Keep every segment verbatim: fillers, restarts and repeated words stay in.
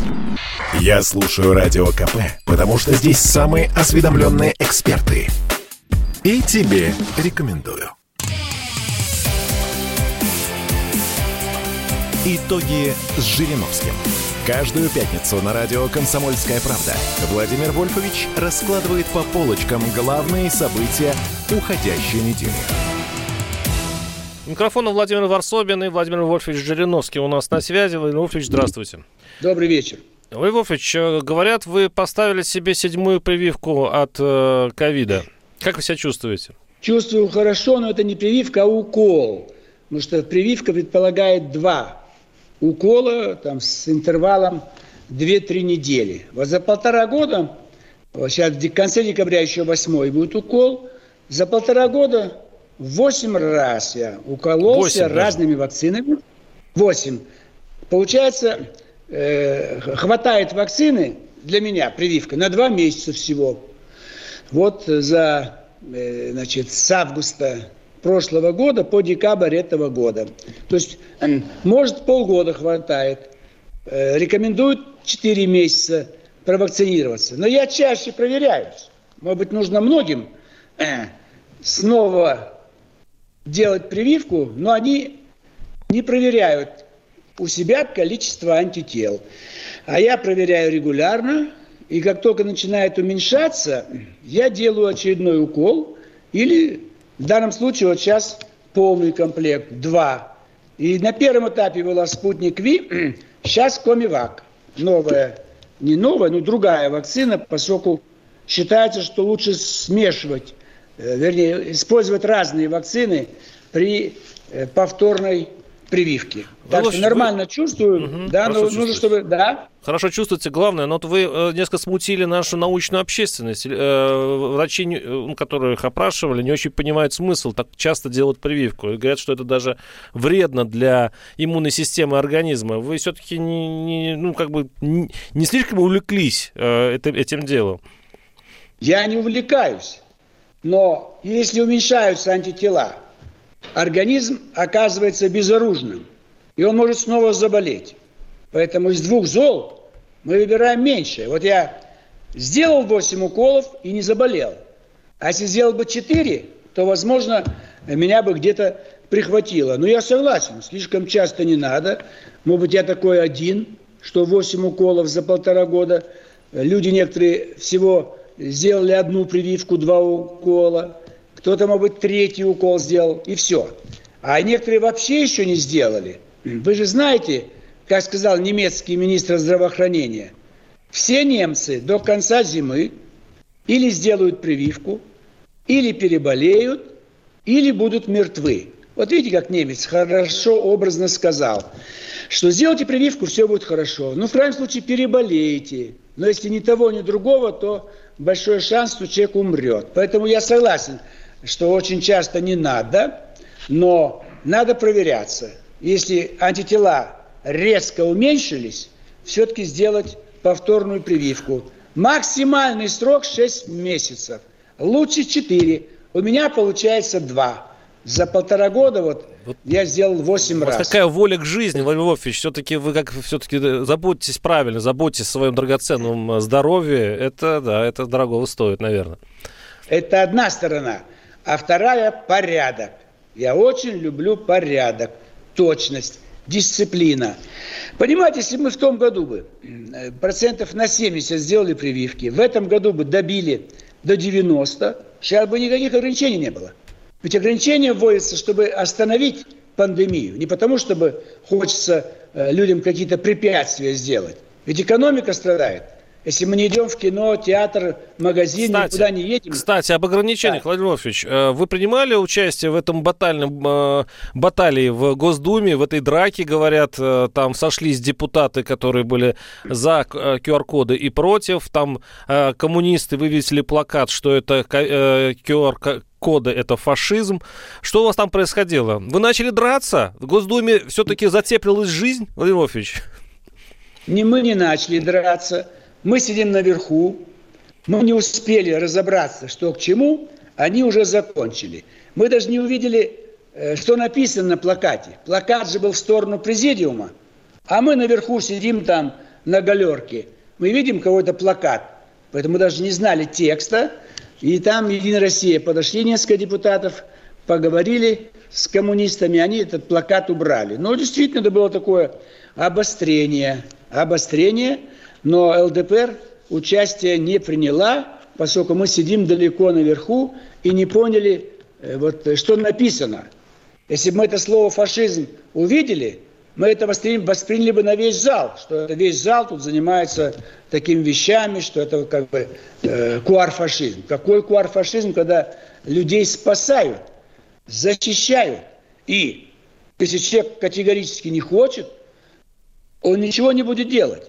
Я слушаю Радио КП, потому что здесь самые осведомленные эксперты. И тебе рекомендую. Итоги с Жириновским. Каждую пятницу на радио «Комсомольская правда» Владимир Вольфович раскладывает по полочкам главные события уходящей недели. Микрофон у Владимира Варсобин и Владимир Вольфович Жириновский у нас на связи. Владимир Вольфович, здравствуйте. Добрый вечер. Владимир Вольфович, говорят, вы поставили себе седьмую прививку от ковида. Э, как вы себя чувствуете? Чувствую хорошо, но это не прививка, а укол. Потому что прививка предполагает два укола там, с интервалом две-три недели. Вот за полтора года, вот сейчас в конце декабря еще восьмой будет укол, за полтора года восемь раз я укололся разными вакцинами. Восемь. Получается, э, хватает вакцины для меня, прививка, на два месяца всего. Вот за, э, значит, с августа прошлого года по декабрь этого года. То есть, может, полгода хватает. Рекомендуют четыре месяца провакцинироваться. Но я чаще проверяюсь. Может быть, нужно многим снова делать прививку, но они не проверяют у себя количество антител. А я проверяю регулярно, и как только начинает уменьшаться, я делаю очередной укол или... В данном случае вот сейчас полный комплект, два. И на первом этапе была «Спутник Ви», сейчас «Комивак». Новая, не новая, но другая вакцина, поскольку считается, что лучше смешивать, вернее, использовать разные вакцины при повторной прививки. Так что нормально вы... чувствую, угу, да, но нужно, чтобы, да. Хорошо чувствуете, главное, но вот вы э, несколько смутили нашу научную общественность. Э, врачи, э, которых опрашивали, не очень понимают смысл так часто делать прививку. И говорят, что это даже вредно для иммунной системы организма. Вы все-таки не, не, ну, как бы не, не слишком увлеклись э, это, этим делом? Я не увлекаюсь, но если уменьшаются антитела, организм оказывается безоружным, и он может снова заболеть. Поэтому из двух зол мы выбираем меньшее. Вот я сделал восемь уколов и не заболел. А если сделал бы четыре, то, возможно, меня бы где-то прихватило. Но я согласен, слишком часто не надо. Может быть, я такой один, что восемь уколов за полтора года. Люди некоторые всего сделали одну прививку, два укола. Кто-то, может быть, третий укол сделал, и все. А некоторые вообще еще не сделали. Вы же знаете, как сказал немецкий министр здравоохранения, все немцы до конца зимы или сделают прививку, или переболеют, или будут мертвы. Вот видите, как немец хорошо, образно сказал, что сделайте прививку, все будет хорошо. Ну, в крайнем случае, переболеете. Но если ни того, ни другого, то большой шанс, что человек умрет. Поэтому я согласен, что очень часто не надо, но надо проверяться. Если антитела резко уменьшились, все-таки сделать повторную прививку. Максимальный срок шесть месяцев. Лучше четыре. У меня получается два. За полтора года вот, вот я сделал восемь раз. Какая воля к жизни, Владимир Вольфович. Все-таки вы как все-таки заботитесь правильно, заботитесь о своем драгоценном здоровье. Это, да, это дорого стоит, наверное. Это одна сторона. А вторая – порядок. Я очень люблю порядок, точность, дисциплина. Понимаете, если мы в том году бы процентов на семьдесят сделали прививки, в этом году бы добили до девяноста, сейчас бы никаких ограничений не было. Ведь ограничения вводятся, чтобы остановить пандемию. Не потому, чтобы хочется людям какие-то препятствия сделать. Ведь экономика страдает. Если мы не идем в кино, театр, магазин, кстати, никуда не едем. Кстати, об ограничениях, да. Владимир Вольфович, вы принимали участие в этом батальном э, баталии в Госдуме, в этой драке, говорят, э, там сошлись депутаты, которые были за э, ку ар-коды и против, там э, коммунисты вывесили плакат, что это э, ку ар-коды, это фашизм. Что у вас там происходило? Вы начали драться? В Госдуме все-таки затеплилась жизнь, Владимир Вольфович? Не мы не начали драться. Мы сидим наверху, мы не успели разобраться, что к чему, они уже закончили. Мы даже не увидели, что написано на плакате. Плакат же был в сторону президиума, а мы наверху сидим там на галерке, мы видим какой-то плакат, поэтому мы даже не знали текста, и там «Единая Россия» подошли несколько депутатов, поговорили с коммунистами, они этот плакат убрали. Но действительно это было такое обострение, обострение, но эл дэ пэ эр участие не приняла, поскольку мы сидим далеко наверху и не поняли, вот, что написано. Если бы мы это слово «фашизм» увидели, мы это восприняли, восприняли бы на весь зал, что это весь зал тут занимается такими вещами, что это как бы э, куар-фашизм. Какой куар-фашизм, когда людей спасают, защищают. И если человек категорически не хочет, он ничего не будет делать.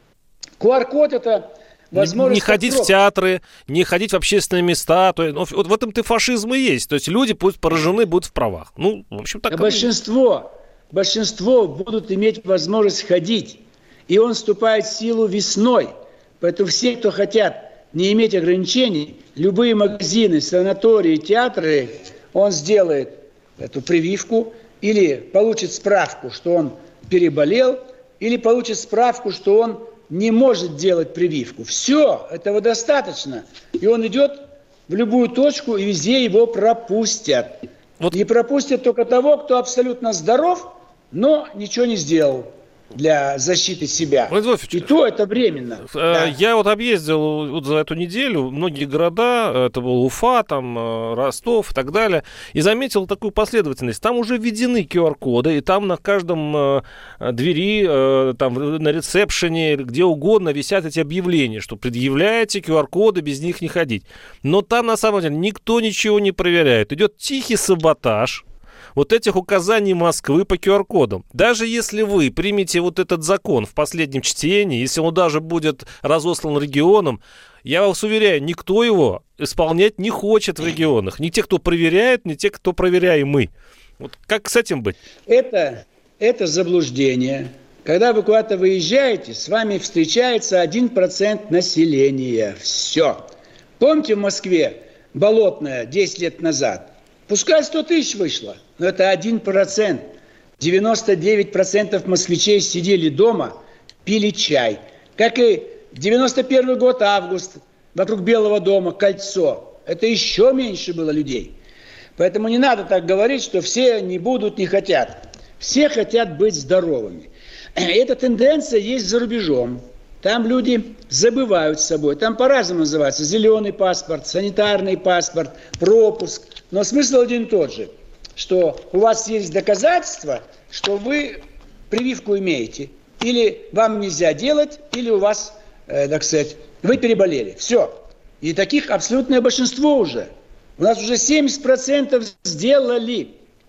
ку ар-код – это возможность... Не ходить в театры, не ходить в общественные места. То есть, ну, вот в этом ты фашизм и есть. То есть люди будут поражены, будут в правах. Ну, в общем, так. А большинство, большинство будут иметь возможность ходить. И он вступает в силу весной. Поэтому все, кто хотят не иметь ограничений, любые магазины, санатории, театры, он сделает эту прививку или получит справку, что он переболел, или получит справку, что он не может делать прививку. Все, этого достаточно. И он идет в любую точку, и везде его пропустят. Вот. Не пропустят только того, кто абсолютно здоров, но ничего не сделал для защиты себя. Владимир И то это временно. Э, да. Я вот объездил вот за эту неделю многие города, это был Уфа, там Ростов и так далее, и заметил такую последовательность. Там уже введены ку ар-коды, и там на каждом э, двери, э, там на ресепшене, где угодно висят эти объявления, что предъявляете ку ар-коды, без них не ходить. Но там на самом деле никто ничего не проверяет. Идет тихий саботаж вот этих указаний Москвы по ку ар-кодам. Даже если вы примете вот этот закон в последнем чтении, если он даже будет разослан регионам, я вас уверяю, никто его исполнять не хочет в регионах. Ни те, кто проверяет, ни те, кто проверяемый. Вот как с этим быть? Это, это заблуждение. Когда вы куда-то выезжаете, с вами встречается один процент населения. Все. Помните, в Москве Болотная десять лет назад? Пускай сто тысяч вышло, но это один процент. девяносто девять процентов москвичей сидели дома, пили чай. Как и девяносто первый год, август, вокруг Белого дома, кольцо. Это еще меньше было людей. Поэтому не надо так говорить, что все не будут, не хотят. Все хотят быть здоровыми. Эта тенденция есть за рубежом. Там люди забывают с собой. Там по-разному называется. Зеленый паспорт, санитарный паспорт, пропуск. Но смысл один и тот же. Что у вас есть доказательства, что вы прививку имеете. Или вам нельзя делать, или у вас, э, так сказать, вы переболели. Все. И таких абсолютное большинство уже. У нас уже семьдесят процентов сделали.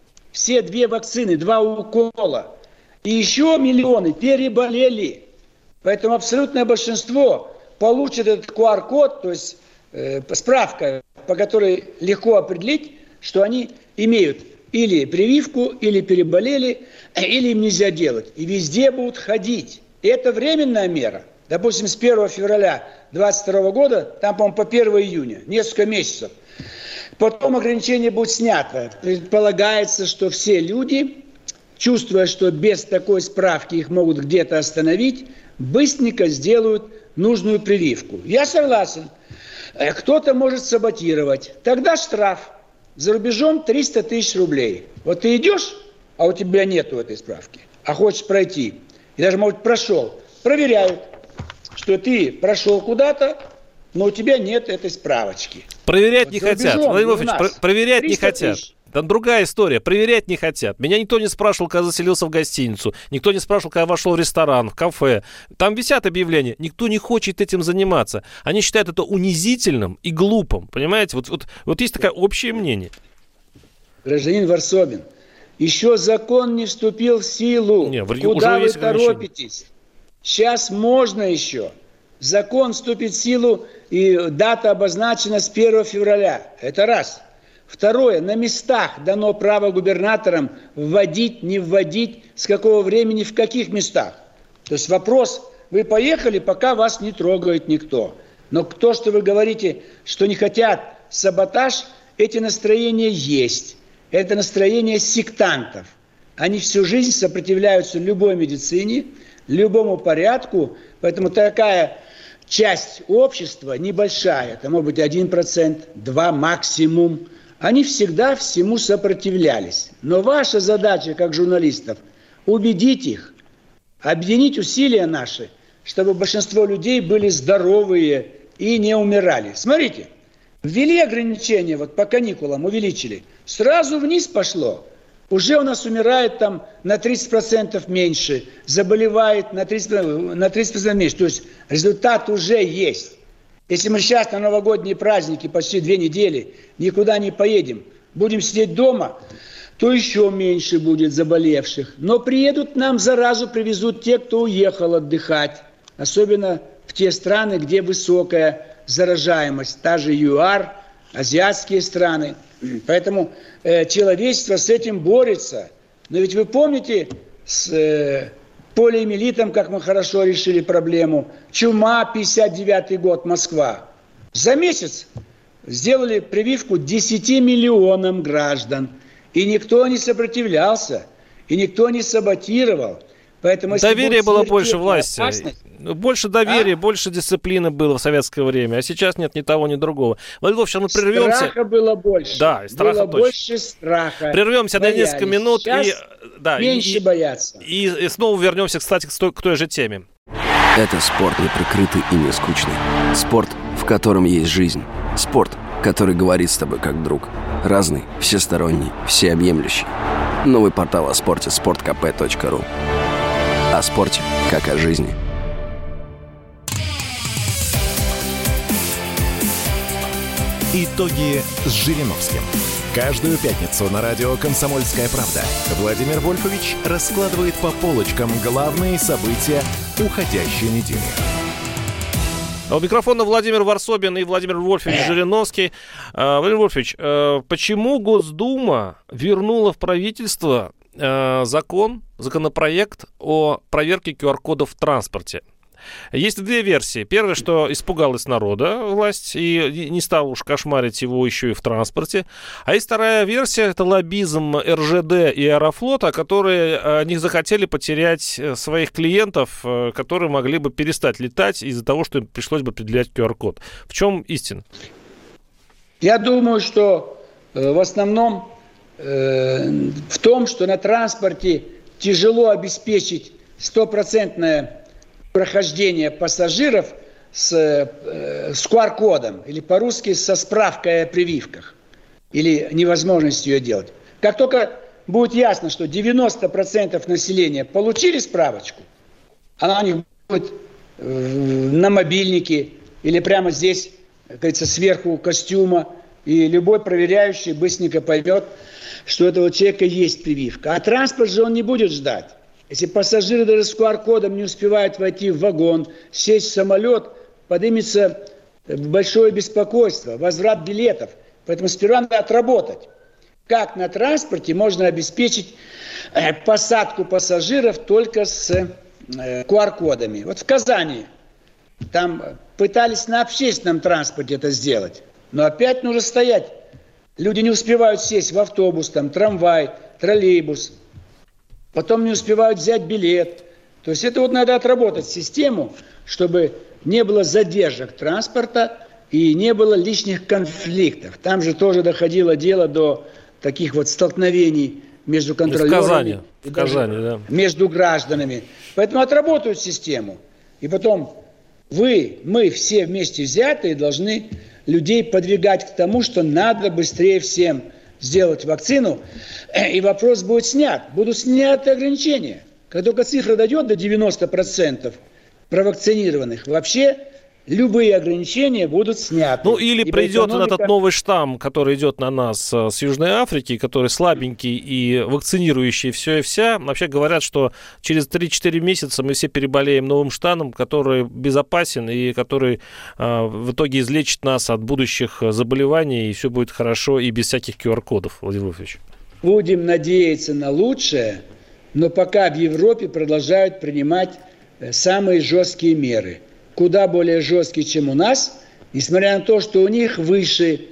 Все две вакцины, два укола. И еще миллионы переболели. Поэтому абсолютное большинство получит этот ку ар-код, то есть э, справка, по которой легко определить, что они имеют или прививку, или переболели, или им нельзя делать. И везде будут ходить. И это временная мера. Допустим, с первого февраля двадцать второго года, там, по-моему, по первого июня, несколько месяцев. Потом ограничение будет снято. Предполагается, что все люди, чувствуя, что без такой справки их могут где-то остановить, быстренько сделают нужную прививку. Я согласен. Кто-то может саботировать. Тогда штраф. За рубежом триста тысяч рублей. Вот ты идешь, а у тебя нету этой справки, а хочешь пройти. И даже, может, прошел. Проверяют, что ты прошел куда-то, но у тебя нет этой справочки. Проверять вот не хотят. Владимир Вольфович, про- проверять не хотят. Тысяч. Там другая история. Проверять не хотят. Меня никто не спрашивал, когда заселился в гостиницу. Никто не спрашивал, когда вошел в ресторан, в кафе. Там висят объявления. Никто не хочет этим заниматься. Они считают это унизительным и глупым. Понимаете? Вот, вот, вот есть такое общее мнение. Гражданин Варсобин, еще закон не вступил в силу. Не, в, Куда уже вы торопитесь? Сейчас можно еще. Закон вступит в силу, и дата обозначена с первого февраля. Это раз. Второе, на местах дано право губернаторам вводить, не вводить, с какого времени, в каких местах. То есть вопрос, вы поехали, пока вас не трогает никто. Но то, что вы говорите, что не хотят саботаж, эти настроения есть. Это настроение сектантов. Они всю жизнь сопротивляются любой медицине, любому порядку. Поэтому такая часть общества небольшая, это может быть один процент, два максимум, они всегда всему сопротивлялись. Но ваша задача, как журналистов, убедить их, объединить усилия наши, чтобы большинство людей были здоровые и не умирали. Смотрите, ввели ограничения, вот по каникулам увеличили, сразу вниз пошло. Уже у нас умирает там на тридцать процентов меньше, заболевает на тридцать процентов меньше. То есть результат уже есть. Если мы сейчас на новогодние праздники почти две недели никуда не поедем, будем сидеть дома, то еще меньше будет заболевших. Но приедут нам заразу, привезут те, кто уехал отдыхать. Особенно в те страны, где высокая заражаемость. Та же ЮАР, азиатские страны. Поэтому э, человечество с этим борется. Но ведь вы помните с э, полиомиелитом, как мы хорошо решили проблему. Чума, пятьдесят девятый год, Москва. За месяц сделали прививку десяти миллионам граждан. И никто не сопротивлялся, и никто не саботировал. Поэтому, доверие было больше власти. Опасность, больше доверия, а? больше дисциплины было в советское время. А сейчас нет ни того, ни другого. Владимир, сейчас мы прервемся. Страха было больше. Да, страха было точно. больше страха. Прервемся Боялись. на несколько минут. Сейчас и, да, меньше и, боятся. И, и снова вернемся, кстати, к той, к той же теме. Это спорт неприкрытый и не скучный. Спорт, в котором есть жизнь. Спорт, который говорит с тобой как друг. Разный, всесторонний, всеобъемлющий. Новый портал о спорте – спорт кэ пэ точка ру. О спорте, как о жизни. Итоги с Жириновским. Каждую пятницу на радио «Комсомольская правда» Владимир Вольфович раскладывает по полочкам главные события уходящей недели. У микрофона Владимир Варсобин и Владимир Вольфович Жириновский. Владимир Вольфович, почему Госдума вернула в правительство закон, законопроект о проверке ку ар-кодов в транспорте? Есть две версии. Первая, что испугалась народа власть и не стала уж кошмарить его еще и в транспорте. А есть вторая версия, это лоббизм эр жэ дэ и Аэрофлота, которые не захотели потерять своих клиентов, которые могли бы перестать летать из-за того, что им пришлось бы определять ку ар-код. В чем истина? Я думаю, что э, в основном э, в том, что на транспорте тяжело обеспечить стопроцентное прохождение пассажиров с, э, с ку ар-кодом, или по-русски со справкой о прививках, или невозможностью ее делать. Как только будет ясно, что девяносто процентов населения получили справочку, она у них будет э, на мобильнике или прямо здесь, как говорится, сверху костюма, и любой проверяющий быстренько поймет, что у этого человека есть прививка. А транспорт же он не будет ждать. Если пассажиры даже с ку ар-кодом не успевают войти в вагон, сесть в самолет, поднимется большое беспокойство, возврат билетов. Поэтому сперва надо отработать, как на транспорте можно обеспечить посадку пассажиров только с ку ар-кодами. Вот в Казани там пытались на общественном транспорте это сделать, но опять нужно стоять. Люди не успевают сесть в автобус, там, трамвай, троллейбус. Потом не успевают взять билет. То есть это вот надо отработать систему, чтобы не было задержек транспорта и не было лишних конфликтов. Там же тоже доходило дело до таких вот столкновений между контролерами. В Казани, в Казани, да. Между гражданами. Поэтому отработают систему. И потом вы, мы все вместе взятые должны людей подвигать к тому, что надо быстрее всем сделать вакцину, и вопрос будет снят. Будут сняты ограничения. Как только цифра дойдет до девяноста процентов провакцинированных, вообще любые ограничения будут сняты. Ну, или Ибо придет экономика... этот новый штамм, который идет на нас с Южной Африки, который слабенький и вакцинирующий все и вся. Вообще говорят, что через три-четыре месяца мы все переболеем новым штаммом, который безопасен и который э, в итоге излечит нас от будущих заболеваний, и все будет хорошо и без всяких ку ар-кодов, Владимир Вольфович. Будем надеяться на лучшее, но пока в Европе продолжают принимать самые жесткие меры. Куда более жесткие, чем у нас, несмотря на то, что у них выше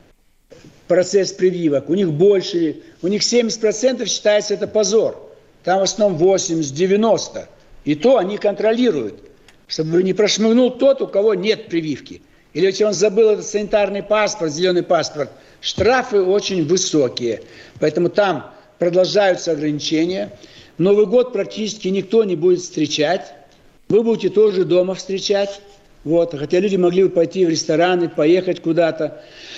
процесс прививок, у них больше, у них семьдесят процентов считается это позор. Там в основном восемьдесят-девяносто процентов. И то они контролируют, чтобы не прошмыгнул тот, у кого нет прививки. Или если он забыл этот санитарный паспорт, зеленый паспорт, штрафы очень высокие. Поэтому там продолжаются ограничения. Новый год практически никто не будет встречать. Вы будете тоже дома встречать. Вот. Хотя люди могли бы пойти в рестораны, поехать куда-то.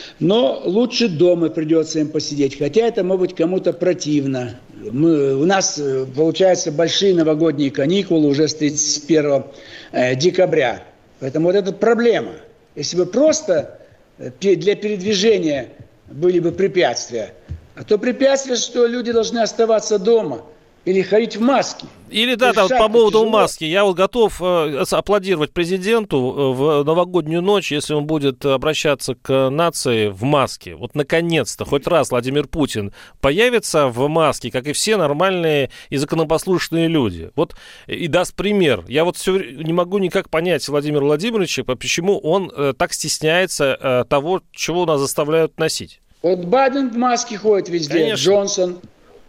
Но лучше дома придется им посидеть. Хотя это, может быть, кому-то противно. Мы, у нас, получается, большие новогодние каникулы уже с тридцать первого декабря. Поэтому вот это проблема. Если бы просто для передвижения были бы препятствия, а то препятствие, что люди должны оставаться дома или ходить в маске. Или, да, да, по поводу маски. Я вот готов э, аплодировать президенту в новогоднюю ночь, если он будет обращаться к нации в маске. Вот, наконец-то, хоть раз Владимир Путин появится в маске, как и все нормальные и законопослушные люди. Вот и даст пример. Я вот все не могу никак понять Владимира Владимировича, почему он э, так стесняется э, того, чего нас заставляют носить. Вот Байден в маске ходит везде, конечно. Джонсон,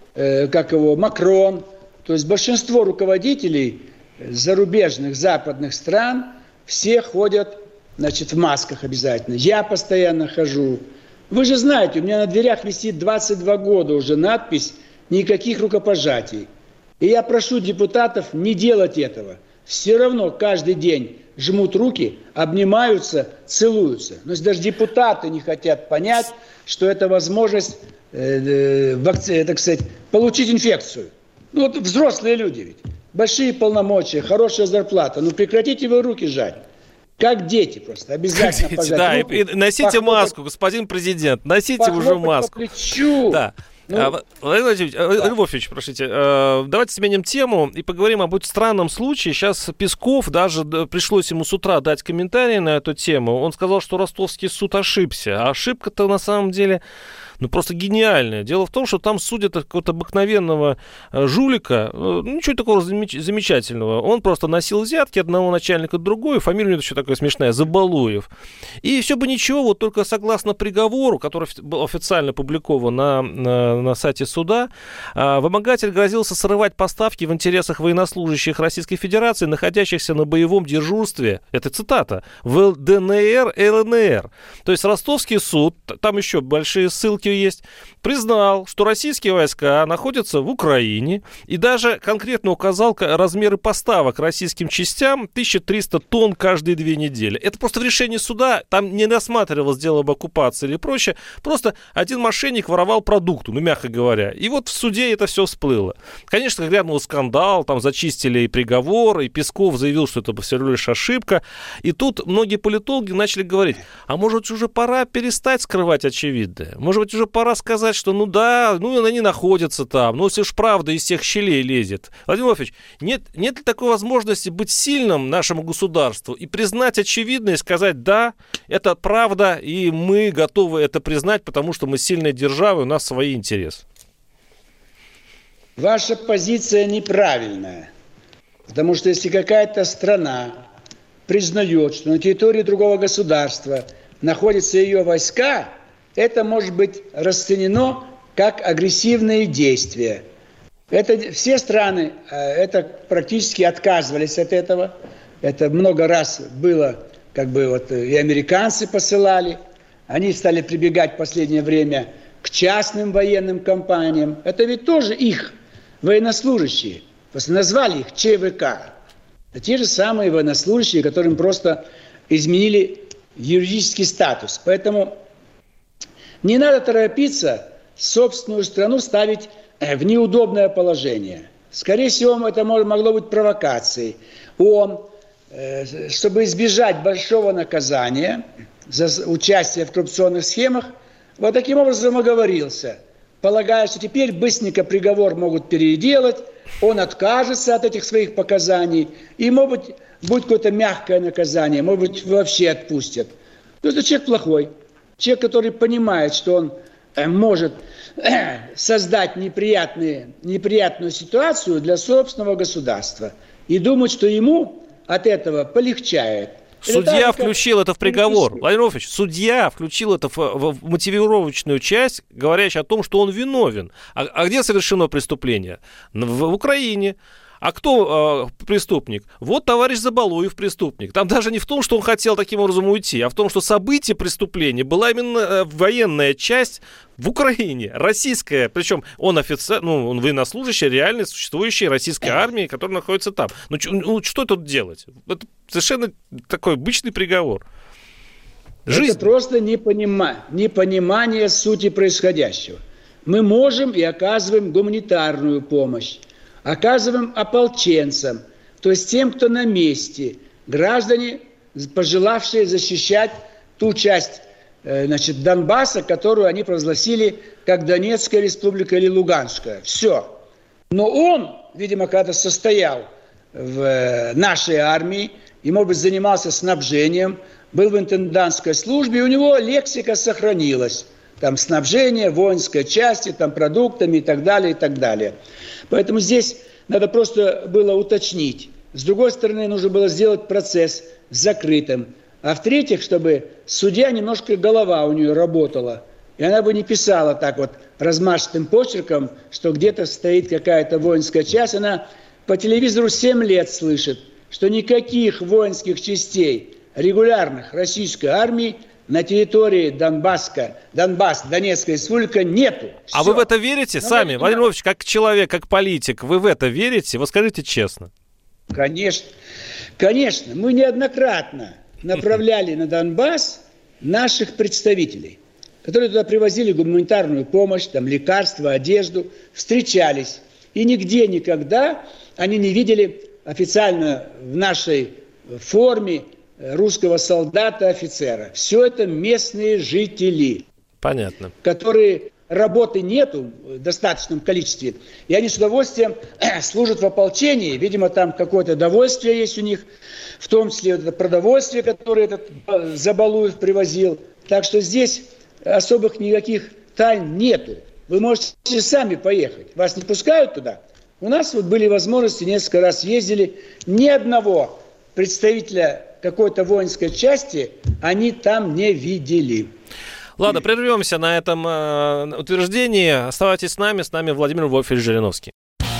э, как его, Макрон. То есть большинство руководителей зарубежных, западных стран, все ходят, значит, в масках обязательно. Я постоянно хожу. Вы же знаете, у меня на дверях висит двадцать два года уже надпись «Никаких рукопожатий». И я прошу депутатов не делать этого. Все равно каждый день жмут руки, обнимаются, целуются. Но если даже депутаты не хотят понять, что это возможность, э, э, вакци- так сказать, получить инфекцию. Ну, вот взрослые люди ведь. Большие полномочия, хорошая зарплата. Ну, прекратите вы руки жать. Как дети просто. Обязательно дети, пожать да, руку. И, и носите похлопать, маску, господин президент. Носите уже маску. По плечу. Да. Ну, а, Владимир Владимирович, да. Львович, простите, э, давайте сменим тему и поговорим об очень странном случае. Сейчас Песков, даже пришлось ему с утра дать комментарий на эту тему. Он сказал, что ростовский суд ошибся. А ошибка-то на самом деле... Ну, просто гениальное. Дело в том, что там судят какого-то обыкновенного жулика, ну, ничего такого замеч- замечательного. Он просто носил взятки одного начальника другой, фамилия у него еще такая смешная, Забалуев. И все бы ничего, вот только согласно приговору, который был официально опубликован на, на, на сайте суда, вымогатель грозился срывать поставки в интересах военнослужащих Российской Федерации, находящихся на боевом дежурстве, это цитата, в ДНР, ЛНР. То есть ростовский суд, там еще большие ссылки есть, признал, что российские войска находятся в Украине и даже конкретно указал размеры поставок российским частям тысяча триста тонн каждые две недели. Это просто в решении суда, там не рассматривалось дело об оккупации или прочее, просто один мошенник воровал продукты, ну, мягко говоря. И вот в суде это все всплыло. Конечно, грянул скандал, там зачистили и приговор, и Песков заявил, что это всего лишь ошибка. И тут многие политологи начали говорить, а может уже пора перестать скрывать очевидное? Может быть, уже пора сказать, что ну да, ну они находятся там, ну если уж правда из всех щелей лезет. Владимир Владимирович, нет, нет ли такой возможности быть сильным нашему государству и признать очевидное и сказать, да, это правда, и мы готовы это признать, потому что мы сильная держава, и у нас свои интересы? Ваша позиция неправильная. Потому что если какая-то страна признает, что на территории другого государства находятся ее войска, это может быть расценено как агрессивные действия. Это, все страны это практически отказывались от этого. Это много раз было, как бы вот и американцы посылали. Они стали прибегать в последнее время к частным военным компаниям. Это ведь тоже их военнослужащие. Просто назвали их ЧВК. Это те же самые военнослужащие, которым просто изменили юридический статус. Поэтому не надо торопиться собственную страну ставить в неудобное положение. Скорее всего, это могло быть провокацией. Он, чтобы избежать большого наказания за участие в коррупционных схемах, вот таким образом оговорился, полагая, что теперь быстренько приговор могут переделать, он откажется от этих своих показаний, и, может быть, будет какое-то мягкое наказание, может быть, вообще отпустят. То есть это человек плохой. Человек, который понимает, что он э, может э, создать неприятные, неприятную ситуацию для собственного государства и думает, что ему от этого полегчает. Судья включил это в приговор. Владимир Вольфович, судья включил это в, в мотивировочную часть, говорящую о том, что он виновен. А, а где совершено преступление? В, в Украине. А кто э, преступник? Вот товарищ Забалуев преступник. Там даже не в том, что он хотел таким образом уйти, а в том, что событие преступления была именно э, военная часть в Украине, российская. Причем он офицер, ну, он военнослужащий реальной существующей российской армии, которая находится там. Ну, ч- ну что тут делать? Это совершенно такой обычный приговор. Жизнь. Это просто непонима- непонимание сути происходящего. Мы можем и оказываем гуманитарную помощь, оказываем ополченцам, то есть тем, кто на месте, граждане, пожелавшие защищать ту часть значит, Донбасса, которую они провозгласили как Донецкая республика или Луганская. Все. Но он, видимо, когда-то состоял в нашей армии и, может быть, занимался снабжением, был в интендантской службе, и у него лексика сохранилась. Там снабжение воинской части, там продуктами и так далее, и так далее. Поэтому здесь надо просто было уточнить. С другой стороны, нужно было сделать процесс закрытым. А в-третьих, чтобы судья немножко голова у нее работала. И она бы не писала так вот размашистым почерком, что где-то стоит какая-то воинская часть. Она по телевизору семь лет слышит, что никаких воинских частей регулярных российской армии на территории Донбасска, Донбасс, Донецкая республика нету. А Все. вы в это верите Но сами? это... Владимир Владимирович, как человек, как политик, вы в это верите? Вот скажите честно. Конечно. Конечно. Мы неоднократно направляли на Донбасс наших представителей, которые туда привозили гуманитарную помощь, там, лекарства, одежду, встречались. И нигде никогда они не видели официально в нашей форме русского солдата, офицера. Все это местные жители. Понятно. Которые работы нету в достаточном количестве. И они с удовольствием служат в ополчении. Видимо, там какое-то довольствие есть у них. В том числе это продовольствие, которое этот Забалуев привозил. Так что здесь особых никаких тайн нету. Вы можете сами поехать. Вас не пускают туда. У нас вот были возможности, несколько раз ездили. Ни одного представителя какой-то воинской части они там не видели. Ладно, прервемся на этом э, утверждении. Оставайтесь с нами. С нами Владимир Вольфович Жириновский.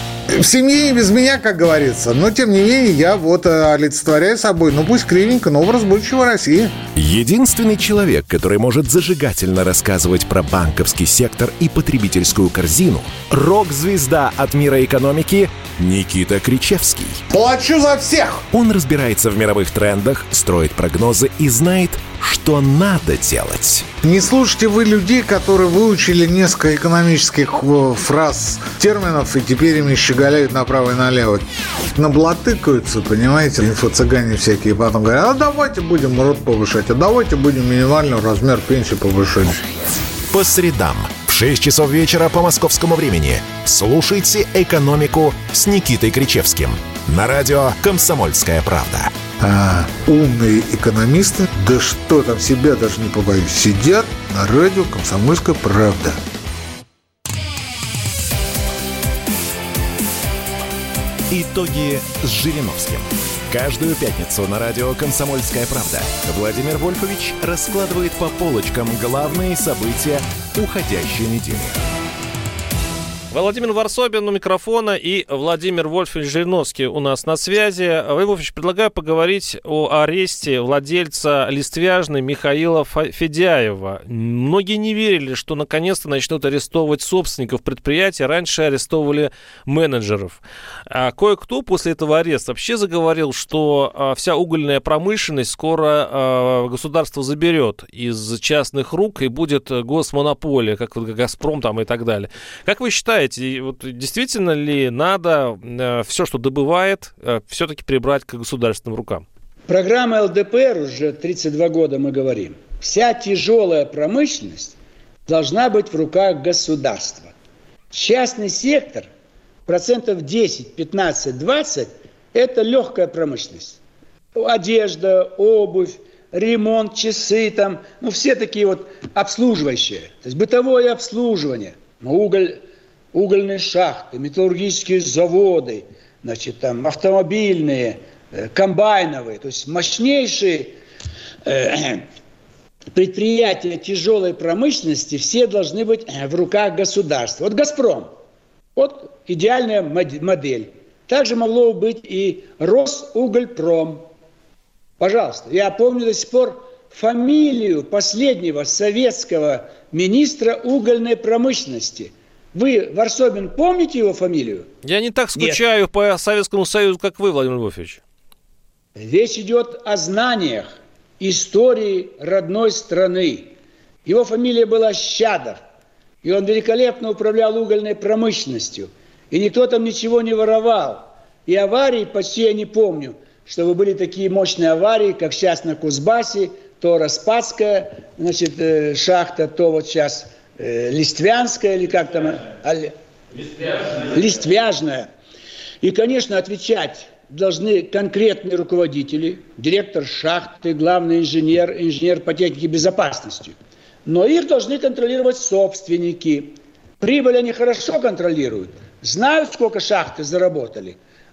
В семье и без меня, как говорится. Но, тем не менее, я вот олицетворяю собой, ну пусть кривенько, но образ будущего России. Единственный человек, который может зажигательно рассказывать про банковский сектор и потребительскую корзину – рок-звезда от мира экономики Никита Кричевский. Плачу за всех! Он разбирается в мировых трендах, строит прогнозы и знает, что надо делать. Не слушайте вы людей, которые выучили несколько экономических фраз, терминов, и теперь ими щеголяют направо и налево. Наблатыкаются, понимаете, инфо-цыгане всякие, потом говорят, а давайте будем рот повышать, а давайте будем минимальный размер пенсии повышать. По средам в шесть часов вечера по московскому времени слушайте «Экономику» с Никитой Кричевским на радио «Комсомольская правда». А умные экономисты, да что там, себя даже не побоюсь, сидят на радио «Комсомольская правда». Итоги с Жириновским. Каждую пятницу на радио «Комсомольская правда» Владимир Вольфович раскладывает по полочкам главные события уходящей недели. Владимир Варсобин у микрофона и Владимир Вольфович Жириновский у нас на связи. Владимир Вольфович, предлагаю поговорить о аресте владельца Листвяжной Михаила Федяева. Многие не верили, что наконец-то начнут арестовывать собственников предприятия. Раньше арестовывали менеджеров. А кое-кто после этого ареста вообще заговорил, что вся угольная промышленность скоро государство заберет из частных рук и будет госмонополия, как «Газпром» там и так далее. Как вы считаете, вот действительно ли надо э, все, что добывает, э, все-таки прибрать к государственным рукам? Программа эл дэ пэ эр уже тридцать два года мы говорим. Вся тяжелая промышленность должна быть в руках государства. Частный сектор, процентов десять, пятнадцать, двадцать – это легкая промышленность. Одежда, обувь, ремонт, часы, там, ну все такие вот обслуживающие. То есть бытовое обслуживание, уголь. Угольные шахты, металлургические заводы, значит, там, автомобильные, э, комбайновые, то есть мощнейшие э, предприятия тяжелой промышленности все должны быть в руках государства. Вот «Газпром», вот идеальная модель. Также могло быть и Росугольпром. Пожалуйста, я помню до сих пор фамилию последнего советского министра угольной промышленности. Вы, Варсобин, помните его фамилию? Я не так скучаю Нет. по Советскому Союзу, как вы, Владимир Львович. Речь идет о знаниях истории родной страны. Его фамилия была Щадов, и он великолепно управлял угольной промышленностью. И никто там ничего не воровал. И аварии почти я не помню, чтобы были такие мощные аварии, как сейчас на Кузбассе, то Распадская, значит, шахта, то вот сейчас э, Листвянская, или как там? Листвяжная. Листвяжная. И, конечно, отвечать должны конкретные руководители, директор шахты, главный инженер, инженер по технике безопасности. Но их должны контролировать собственники. Прибыль они хорошо контролируют, знают, сколько шахты заработали.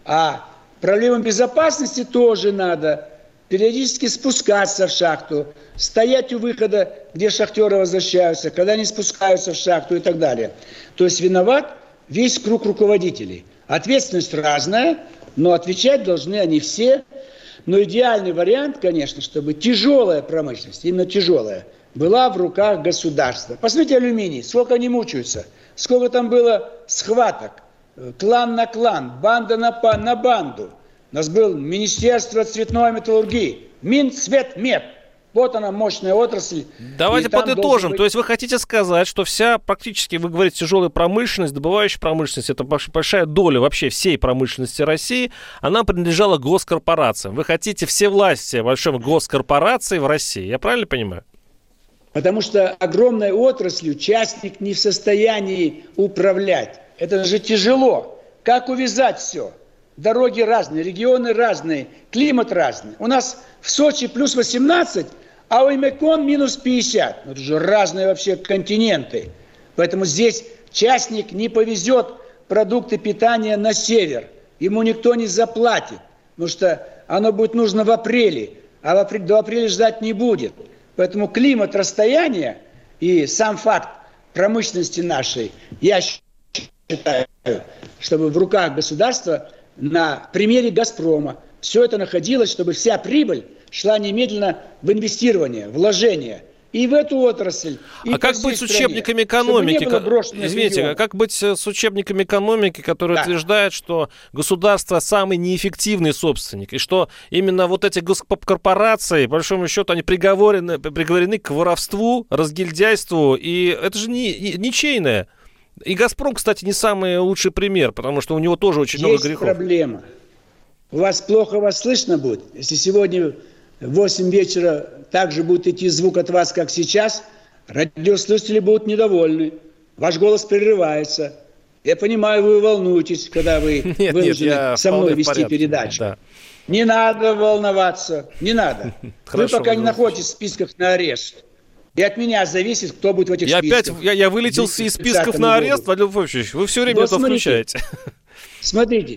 А проблемам безопасности тоже надо периодически спускаться в шахту, стоять у выхода, где шахтеры возвращаются, когда они спускаются в шахту и так далее. То есть виноват весь круг руководителей. Ответственность разная, но отвечать должны они все. Но идеальный вариант, конечно, чтобы тяжелая промышленность, именно тяжелая, была в руках государства. Посмотрите, алюминий, сколько они мучаются, сколько там было схваток, клан на клан, банда на, на банду. У нас было Министерство цветной металлургии, Минцветмет. Вот она, мощная отрасль. Давайте подытожим. Быть... То есть вы хотите сказать, что вся, практически, вы говорите, тяжелая промышленность, добывающая промышленность, это большая доля вообще всей промышленности России, она принадлежала госкорпорациям. Вы хотите все власти большой госкорпорации в России, я правильно понимаю? Потому что огромной отраслью частник не в состоянии управлять. Это же тяжело. Как увязать все? Дороги разные, регионы разные, климат разный. У нас в Сочи плюс восемнадцать, а у Эмекон минус пятьдесят. Это же разные вообще континенты. Поэтому здесь частник не повезет продукты питания на север. Ему никто не заплатит, потому что оно будет нужно в апреле, а в апреле, до апреля ждать не будет. Поэтому климат, расстояние и сам факт промышленности нашей, я считаю, чтобы в руках государства на примере «Газпрома» все это находилось, чтобы вся прибыль шла немедленно в инвестирование, вложение. И в эту отрасль. А как быть с учебниками экономики? Извините, а как быть с учебниками экономики, которые да. утверждают, что государство самый неэффективный собственник, и что именно вот эти госкорпорации, по большому счету, они приговорены, приговорены к воровству, разгильдяйству, и это же не, не, ничейное. И «Газпром», кстати, не самый лучший пример, потому что у него тоже очень Есть много грехов. Есть проблема. У вас плохо вас слышно будет, если сегодня в восемь вечера также будет идти звук от вас, как сейчас, радиослушатели будут недовольны. Ваш голос прерывается. Я понимаю, вы волнуетесь, когда вы нет, вынуждены нет, со мной вести передачу. Да. Не надо волноваться, не надо. Вы пока не находитесь в списках на арест. И от меня зависит, кто будет в этих я списках. Опять, я, я вылетел из списков на арест, Владимир Владимирович, вы все время вот это смотрите, включаете. Смотрите.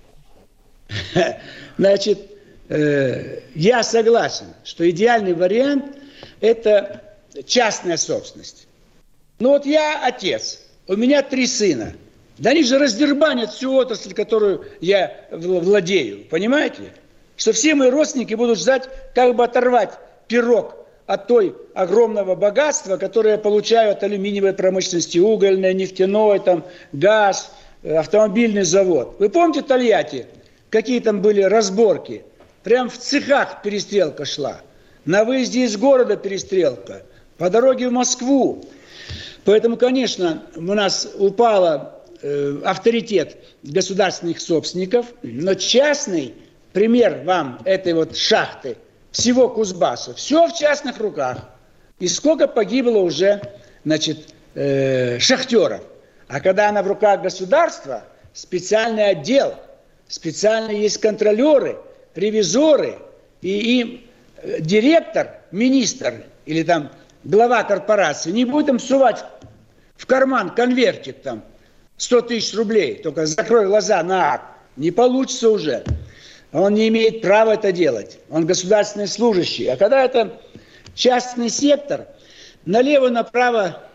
Значит, э, я согласен, что идеальный вариант – это частная собственность. Ну вот я отец, у меня три сына. Да они же раздербанят всю отрасль, которую я владею, понимаете? Что все мои родственники будут ждать, как бы оторвать пирог от той огромного богатства, которое я получаю от алюминиевой промышленности, угольной, нефтяной, там, газ, автомобильный завод. Вы помните Тольятти? Какие там были разборки? Прям в цехах перестрелка шла. На выезде из города перестрелка. По дороге в Москву. Поэтому, конечно, у нас упал э, авторитет государственных собственников, но частный пример вам этой вот шахты всего Кузбасса. Все в частных руках. И сколько погибло уже, значит, э, шахтеров. А когда она в руках государства, специальный отдел, специально есть контролеры, ревизоры, и им э, директор, министр или там глава корпорации не будет им сувать в карман конвертик там сто тысяч рублей, только закрой глаза на акт. Не получится уже. Он не имеет права это делать. Он государственный служащий. А когда это частный сектор, налево-направо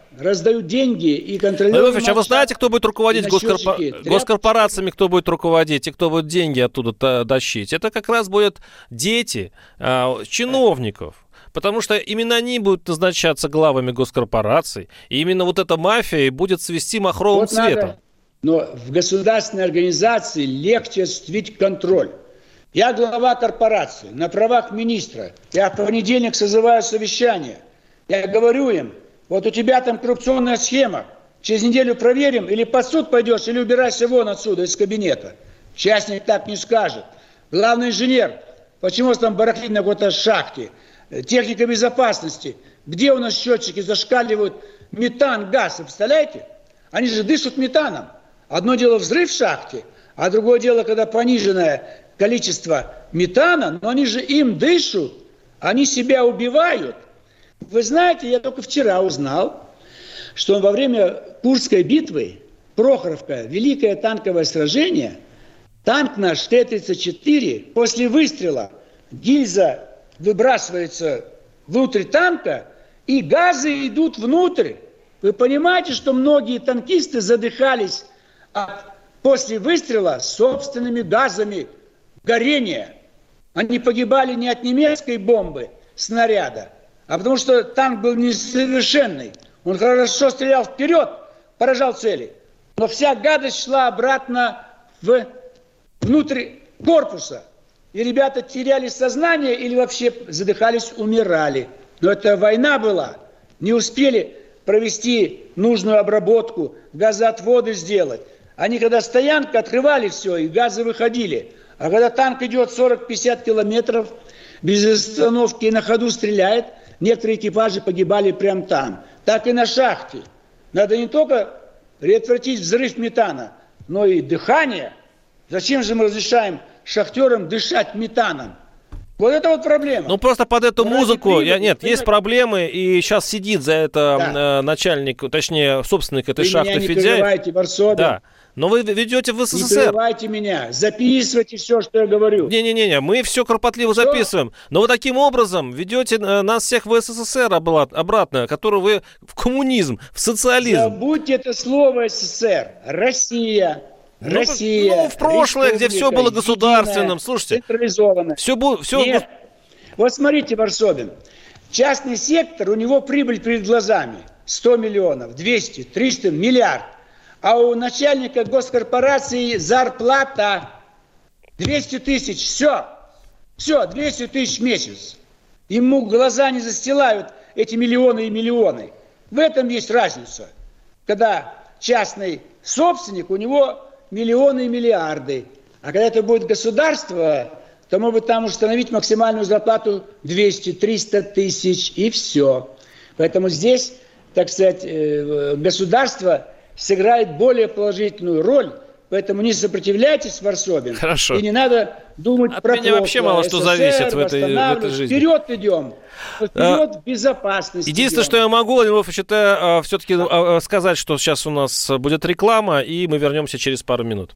раздают деньги и контролируют. Владимир Владимирович, а вы знаете, кто будет руководить госкорпо... госкорпорациями, кто будет руководить и кто будет деньги оттуда тащить? Это как раз будут дети а, чиновников. Потому что именно они будут назначаться главами госкорпораций. И именно вот эта мафия и будет свести махровым вот цветом. Надо, но в государственной организации легче осуществить контроль. Я глава корпорации, на правах министра. Я в понедельник созываю совещание. Я говорю им, вот у тебя там коррупционная схема. Через неделю проверим, или под суд пойдешь, или убирайся вон отсюда, из кабинета. Частник так не скажет. Главный инженер, почему там барахлит на какой-то шахте? Техника безопасности. Где у нас счетчики зашкаливают метан, газ, представляете? Они же дышат метаном. Одно дело взрыв в шахте, а другое дело, когда пониженное количество метана, но они же им дышат, они себя убивают. Вы знаете, я только вчера узнал, что во время Курской битвы, Прохоровка, великое танковое сражение, танк наш Т тридцать четыре, после выстрела гильза выбрасывается внутрь танка, и газы идут внутрь. Вы понимаете, что многие танкисты задыхались от, после выстрела собственными газами горения. Они погибали не от немецкой бомбы, снаряда, а потому что танк был несовершенный. Он хорошо стрелял вперед, поражал цели. Но вся гадость шла обратно в, внутрь корпуса. И ребята теряли сознание или вообще задыхались, умирали. Но это война была. Не успели провести нужную обработку, газоотводы сделать. Они когда стоянка, открывали все, и газы выходили. А когда танк идет сорок-пятьдесят километров, без остановки и на ходу стреляет, некоторые экипажи погибали прямо там. Так и на шахте. Надо не только предотвратить взрыв метана, но и дыхание. Зачем же мы разрешаем шахтерам дышать метаном? Вот это вот проблема. Ну, просто под эту Но музыку, я, нет, есть проблемы, и сейчас сидит за это да. начальник, точнее, собственник этой вы шахты Федяев. Вы меня не прерывайте, Варсобин. Да. Но вы ведете в СССР. Не прерывайте меня, записывайте все, что я говорю. Не-не-не, мы все кропотливо все? записываем. Но вы таким образом ведете нас всех в СССР обратно, который вы в коммунизм, в социализм. Забудьте это слово СССР. Россия. Ну, Россия. Ну, в прошлое, где все было государственным. Единое, слушайте. Централизованное. Все, все... Нет. Вот смотрите, Варсобин. Частный сектор, у него прибыль перед глазами. сто миллионов, двести, триста, миллиард. А у начальника госкорпорации зарплата двести тысяч. Все. Все, двести тысяч в месяц. Ему глаза не застилают эти миллионы и миллионы. В этом есть разница. Когда частный собственник, у него миллионы и миллиарды. А когда это будет государство, то может там установить максимальную зарплату двести-триста тысяч и все. Поэтому здесь, так сказать, государство сыграет более положительную роль. Поэтому не сопротивляйтесь, Варсобин. Хорошо. И не надо думать От про меня вообще мало что зависит в этой, в этой жизни. Вперед идем. Вперед в безопасность. Единственное, идем. что я могу, Владимир Вольфович, это а, все-таки а, сказать, что сейчас у нас будет реклама, и мы вернемся через пару минут.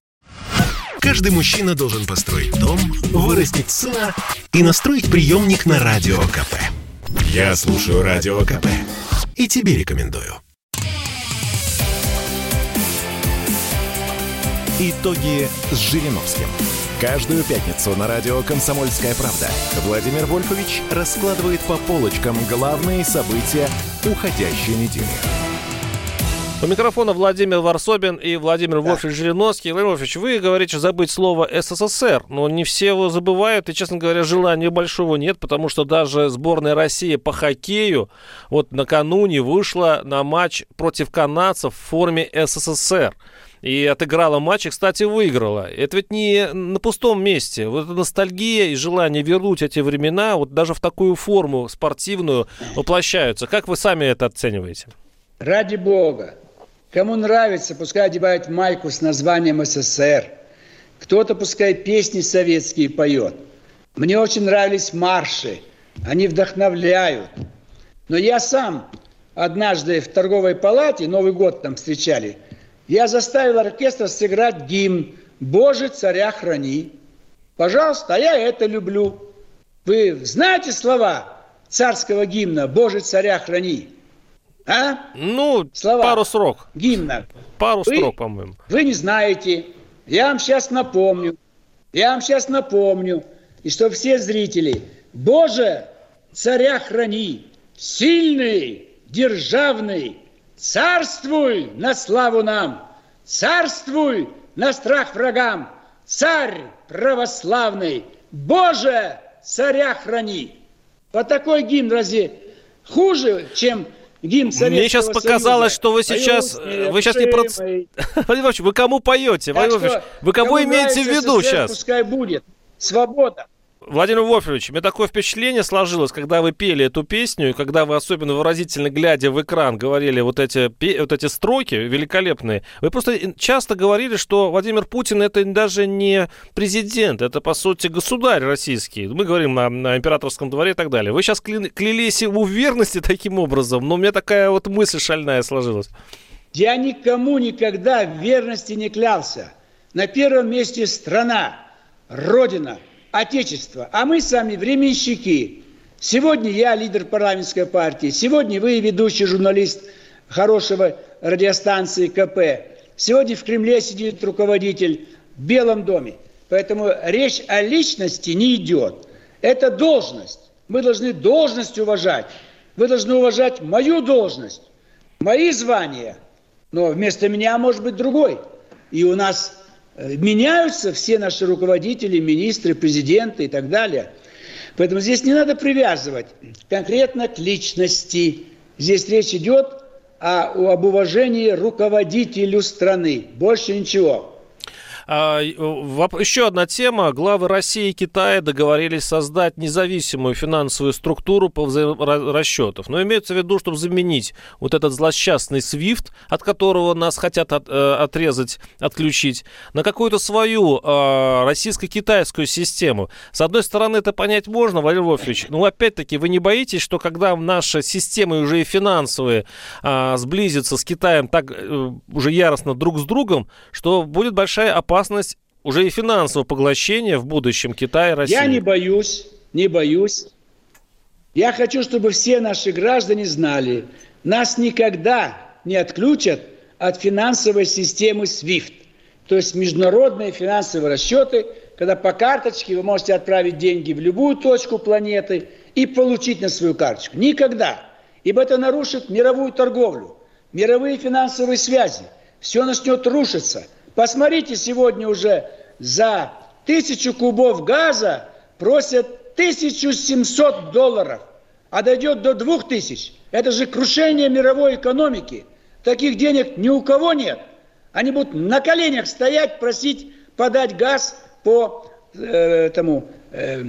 Каждый мужчина должен построить дом, вырастить сына и настроить приемник на Радио КП. Я слушаю Радио КП и тебе рекомендую. Итоги с Жириновским. Каждую пятницу на радио «Комсомольская правда» Владимир Вольфович раскладывает по полочкам главные события уходящей недели. У микрофона Владимир Варсобин и Владимир да. Вольфович Жириновский. Владимир Вольфович, вы говорите забыть слово СССР, но не все его забывают, и, честно говоря, желания большого нет, потому что даже сборная России по хоккею вот накануне вышла на матч против канадцев в форме СССР. И отыграла матч, и, кстати, выиграла. Это ведь не на пустом месте. Вот эта ностальгия и желание вернуть эти времена вот даже в такую форму спортивную воплощаются. Как вы сами это оцениваете? Ради бога. Кому нравится, пускай одевает майку с названием СССР. Кто-то пускай песни советские поет. Мне очень нравились марши. Они вдохновляют. Но я сам однажды в торговой палате, Новый год там встречали, я заставил оркестр сыграть гимн «Боже, царя храни». Пожалуйста, а я это люблю. Вы знаете слова царского гимна «Боже, царя храни»? А? Ну, Слова пару строк. Гимна. Пару Вы, строк, по-моему. Вы не знаете. Я вам сейчас напомню. Я вам сейчас напомню. И что все зрители. Боже, царя храни, сильный, державный, царствуй на славу нам, царствуй на страх врагам, царь православный, Боже, царя храни. Вот такой гимн разве хуже, чем гимн Советского Мне сейчас Союза? показалось, что вы сейчас, вы сейчас не про... Владимир Владимирович, вы кому поете? Владимир Владимирович, вы кого имеете в виду сейчас? Пускай будет. Свобода. Владимир Вольфович, у меня такое впечатление сложилось, когда вы пели эту песню, и когда вы особенно выразительно, глядя в экран, говорили вот эти, вот эти строки великолепные. Вы просто часто говорили, что Владимир Путин это даже не президент, это, по сути, государь российский. Мы говорим на, на императорском дворе и так далее. Вы сейчас кля- клялись ему в верности таким образом, но у меня такая вот мысль шальная сложилась. Я никому никогда в верности не клялся. На первом месте страна, Родина, Отечество. А мы сами временщики. Сегодня я лидер парламентской партии. Сегодня вы ведущий журналист хорошего радиостанции ка пэ. Сегодня в Кремле сидит руководитель в Белом доме. Поэтому речь о личности не идет. Это должность. Мы должны должность уважать. Вы должны уважать мою должность, мои звания. Но вместо меня может быть другой. И у нас меняются все наши руководители, министры, президенты и так далее. Поэтому здесь не надо привязывать конкретно к личности. Здесь речь идет о, об уважении руководителю страны. Больше ничего. А, еще одна тема. Главы России и Китая договорились создать независимую финансовую структуру по взаиморасчетам. Но имеется в виду, чтобы заменить вот этот злосчастный свифт, от которого нас хотят от, э, отрезать, отключить, на какую-то свою э, российско-китайскую систему. С одной стороны, это понять можно, Владимир Вольфович, но опять-таки вы не боитесь, что когда наши системы уже и финансовые э, сблизятся с Китаем так э, уже яростно друг с другом, что будет большая опасность опасность уже и финансового поглощения в будущем Китая и России? Я не боюсь, не боюсь. Я хочу, чтобы все наши граждане знали, нас никогда не отключат от финансовой системы свифт. То есть международные финансовые расчеты, когда по карточке вы можете отправить деньги в любую точку планеты и получить на свою карточку. Никогда. Ибо это нарушит мировую торговлю, мировые финансовые связи. Все начнет рушиться. Посмотрите, сегодня уже за тысячу кубов газа просят тысячу семьсот долларов, а дойдет до двух тысяч. Это же крушение мировой экономики. Таких денег ни у кого нет. Они будут на коленях стоять, просить подать газ по э, этому э,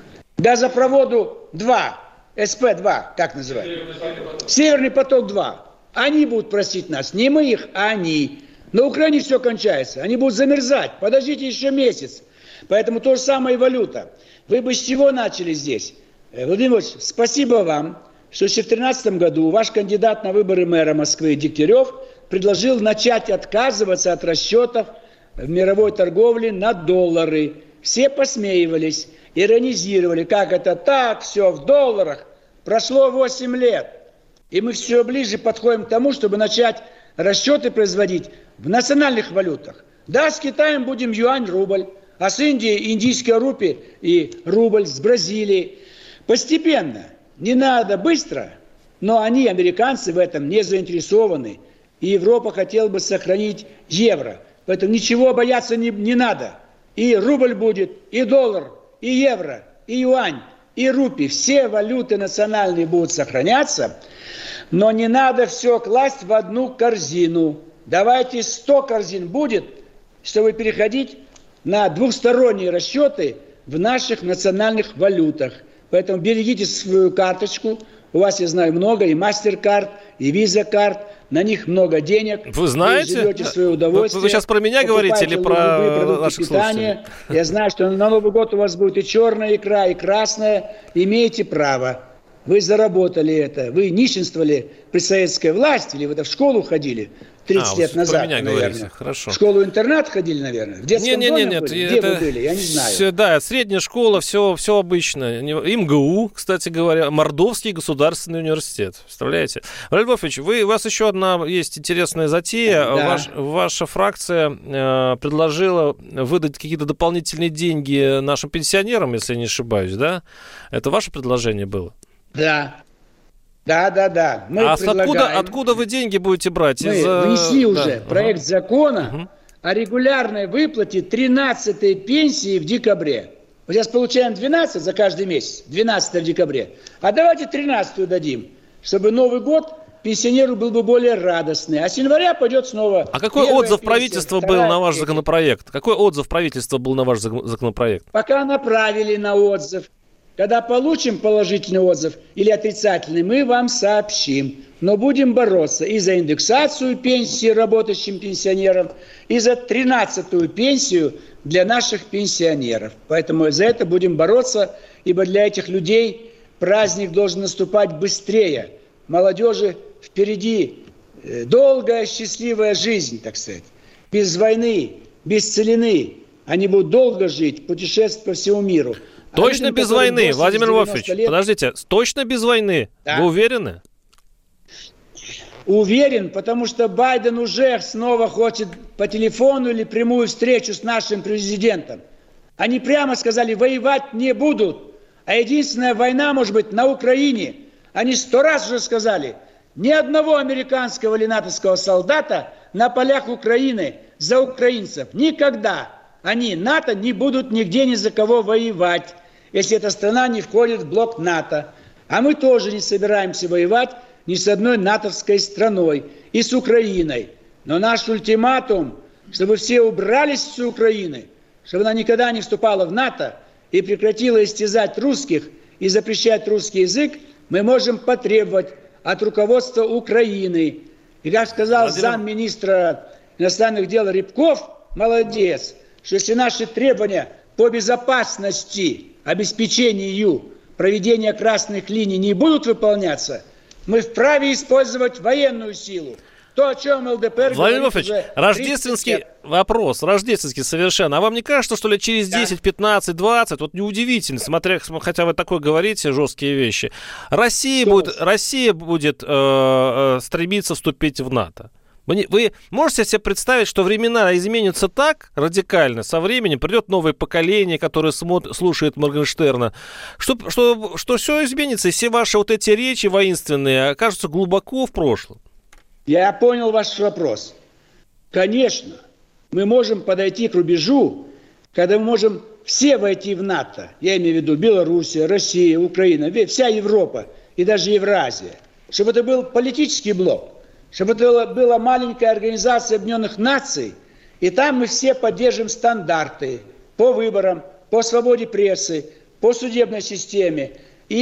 газопроводу два, эс пэ два, как называется? Северный поток два. Они будут просить нас, не мы их, а они. На Украине все кончается. Они будут замерзать. Подождите еще месяц. Поэтому то же самое и валюта. Вы бы с чего начали здесь? Владимир Владимирович, спасибо вам, что еще в две тысячи тринадцатом году ваш кандидат на выборы мэра Москвы Дегтярев предложил начать отказываться от расчетов в мировой торговле на доллары. Все посмеивались, иронизировали. Как это так? Все в долларах. Прошло восемь лет. И мы все ближе подходим к тому, чтобы начать расчеты производить в национальных валютах. Да, с Китаем будем юань-рубль, а с Индией индийская рупия и рубль, с Бразилией. Постепенно, не надо быстро, но они, американцы, в этом не заинтересованы. И Европа хотела бы сохранить евро. Поэтому ничего бояться не, не надо. И рубль будет, и доллар, и евро, и юань, и рупий. Все валюты национальные будут сохраняться. Но не надо все класть в одну корзину. Давайте сто корзин будет, чтобы переходить на двухсторонние расчеты в наших национальных валютах. Поэтому берегите свою карточку. У вас, я знаю, много, и MasterCard, и Visa-карт. На них много денег. Вы знаете? Вы живете в свое удовольствие. Вы, вы сейчас про меня говорите или про наших слушателей? Я знаю, что на Новый год у вас будет и черная икра, и красная. Имеете право. Вы заработали это. Вы нищенствовали при советской власти, или вы в школу ходили. тридцать а, лет назад, меня наверное. Говорите. Хорошо. В школу-интернат ходили, наверное? В детском не, не, доме нет, были? это, Где вы были? Я не знаю. Все, да, средняя школа, все, все обычно. МГУ, кстати говоря, Мордовский государственный университет. Представляете? Валерий Львович, вы, у вас еще одна есть интересная затея. Да. Ваш, ваша фракция э, предложила выдать какие-то дополнительные деньги нашим пенсионерам, если я не ошибаюсь, да? Это ваше предложение было? Да. Да, да, да. Мы а предлагаем... откуда, откуда вы деньги будете брать? Мы Из... внесли да. уже ага. проект закона угу. о регулярной выплате тринадцатой пенсии в декабре. Мы сейчас получаем двенадцать за каждый месяц, двенадцатое в декабре. А давайте тринадцатую дадим, чтобы Новый год пенсионеру был бы более радостный. А с января пойдет снова... А какой отзыв правительства был на ваш законопроект? Какой отзыв правительства был на ваш законопроект? Пока направили на отзыв. Когда получим положительный отзыв или отрицательный, мы вам сообщим. Но будем бороться и за индексацию пенсии работающим пенсионерам, и за тринадцатую пенсию для наших пенсионеров. Поэтому за это будем бороться, ибо для этих людей праздник должен наступать быстрее. Молодежи впереди долгая счастливая жизнь, так сказать. Без войны, без целины. Они будут долго жить, путешествовать по всему миру. Точно а людям, без войны, Владимир Львович, лет... подождите, точно без войны? Да. Вы уверены? Уверен, потому что Байден уже снова хочет по телефону или прямую встречу с нашим президентом. Они прямо сказали, воевать не будут. А единственная война может быть на Украине. Они сто раз уже сказали, ни одного американского или натовского солдата на полях Украины за украинцев. Никогда они, НАТО, не будут нигде ни за кого воевать, если эта страна не входит в блок НАТО. А мы тоже не собираемся воевать ни с одной натовской страной и с Украиной. Но наш ультиматум, чтобы все убрались с Украины, чтобы она никогда не вступала в НАТО и прекратила истязать русских и запрещать русский язык, мы можем потребовать от руководства Украины. И как сказал Владимир... замминистра иностранных дел Рябков, молодец, что если наши требования по безопасности, обеспечению проведения красных линий не будут выполняться, мы вправе использовать военную силу. То, о чем ЛДПР Владимир говорит Львович, уже рождественский вопрос, рождественский совершенно. А вам не кажется, что лет через да. десять, пятнадцать, двадцать, вот неудивительно, смотря, хотя вы такое говорите, жесткие вещи, Россия что? будет, Россия будет э, э, стремиться вступить в НАТО? Вы, вы можете себе представить, что времена изменятся так радикально, со временем придет новое поколение, которое смотр, слушает Моргенштерна, что, что, что все изменится, и все ваши вот эти речи воинственные окажутся глубоко в прошлом? Я понял ваш вопрос. Конечно, мы можем подойти к рубежу, когда мы можем все войти в НАТО. Я имею в виду Белоруссия, Россия, Украина, вся Европа и даже Евразия. Чтобы это был политический блок. Чтобы это была маленькая организация Объединенных Наций, и там мы все поддержим стандарты по выборам, по свободе прессы, по судебной системе,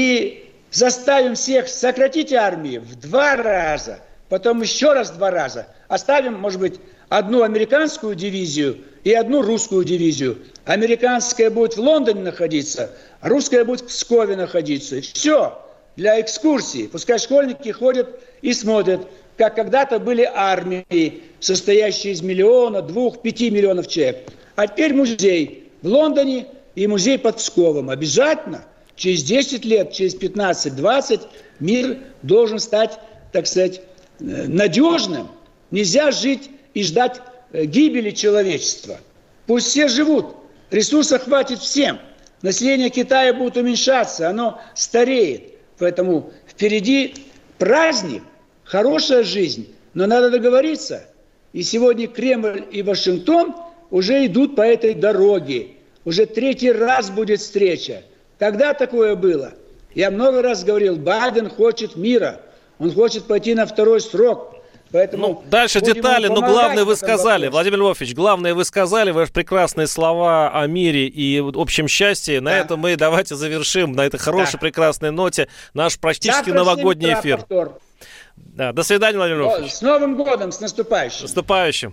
и заставим всех сократить армию в два раза, потом еще раз в два раза. Оставим, может быть, одну американскую дивизию и одну русскую дивизию. Американская будет в Лондоне находиться, а русская будет в Пскове находиться. И все, для экскурсии. Пускай школьники ходят и смотрят, как когда-то были армии, состоящие из миллиона, двух, пяти миллионов человек. А теперь музей в Лондоне и музей под Псковом. Обязательно через десять лет, через пятнадцать-двадцать мир должен стать, так сказать, надежным. Нельзя жить и ждать гибели человечества. Пусть все живут, ресурсов хватит всем. Население Китая будет уменьшаться, оно стареет. Поэтому впереди праздник. Хорошая жизнь, но надо договориться. И сегодня Кремль и Вашингтон уже идут по этой дороге. Уже третий раз будет встреча. Когда такое было? Я много раз говорил, Байден хочет мира. Он хочет пойти на второй срок. Поэтому ну, дальше детали, но главное вы сказали. Вопрос. Владимир Львович, главное вы сказали, ваши прекрасные слова о мире и общем счастье. На да. этом мы давайте завершим, на этой хорошей, да. прекрасной ноте наш практически Завтра новогодний эфир. Повтор. Да, до свидания, Владимир Львович. С Новым годом, с наступающим. С наступающим.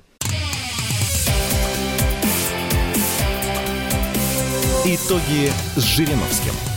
Итоги с Жириновским.